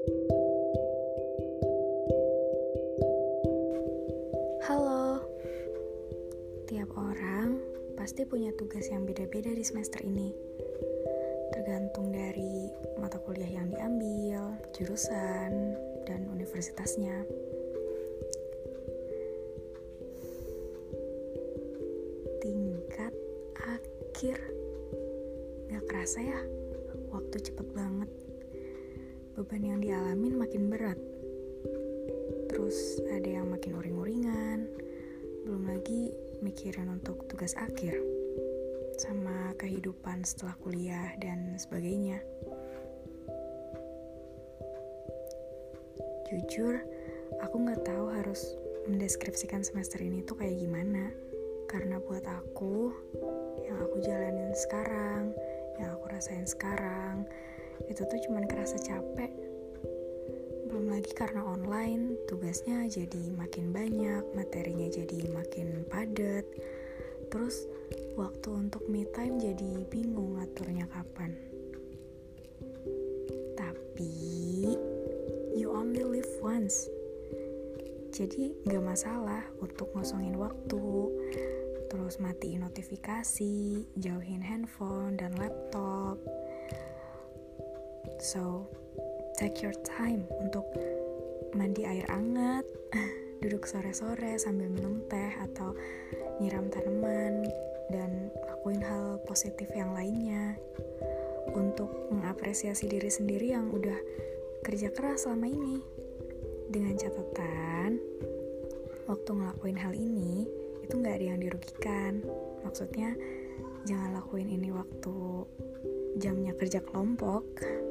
Halo, tiap orang pasti punya tugas yang beda-beda di semester ini. Tergantung dari mata kuliah yang diambil, jurusan, dan universitasnya. Tingkat akhir, gak kerasa ya, waktu cepet banget. Beban yang dialamin makin berat. Terus ada yang makin uring-uringan, belum lagi mikirin untuk tugas akhir, sama kehidupan setelah kuliah dan sebagainya. Jujur, aku gak tahu harus mendeskripsikan semester ini tuh kayak gimana. Karena buat aku, yang aku jalanin sekarang, yang aku rasain sekarang, itu tuh cuman kerasa capek. Belum lagi karena online, tugasnya jadi makin banyak, materinya jadi makin padat. Terus waktu untuk me time jadi bingung ngaturnya kapan. Tapi you only live once. Jadi gak masalah untuk ngosongin waktu, terus matiin notifikasi, jauhin handphone dan laptop. So, take your time untuk mandi air hangat, duduk sore-sore sambil minum teh atau nyiram tanaman, dan lakuin hal positif yang lainnya untuk mengapresiasi diri sendiri yang udah kerja keras selama ini. Dengan catatan, waktu ngelakuin hal ini itu gak ada yang dirugikan. Maksudnya jangan lakuin ini waktu jamnya kerja kelompok.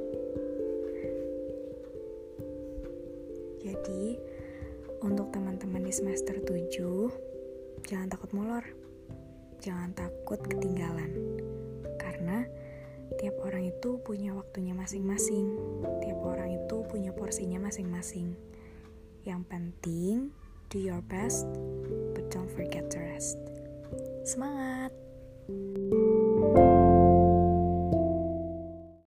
Jadi, untuk teman-teman di semester 7, jangan takut molor. Jangan takut ketinggalan. Karena tiap orang itu punya waktunya masing-masing. Tiap orang itu punya porsinya masing-masing. Yang penting, do your best, but don't forget to rest. Semangat!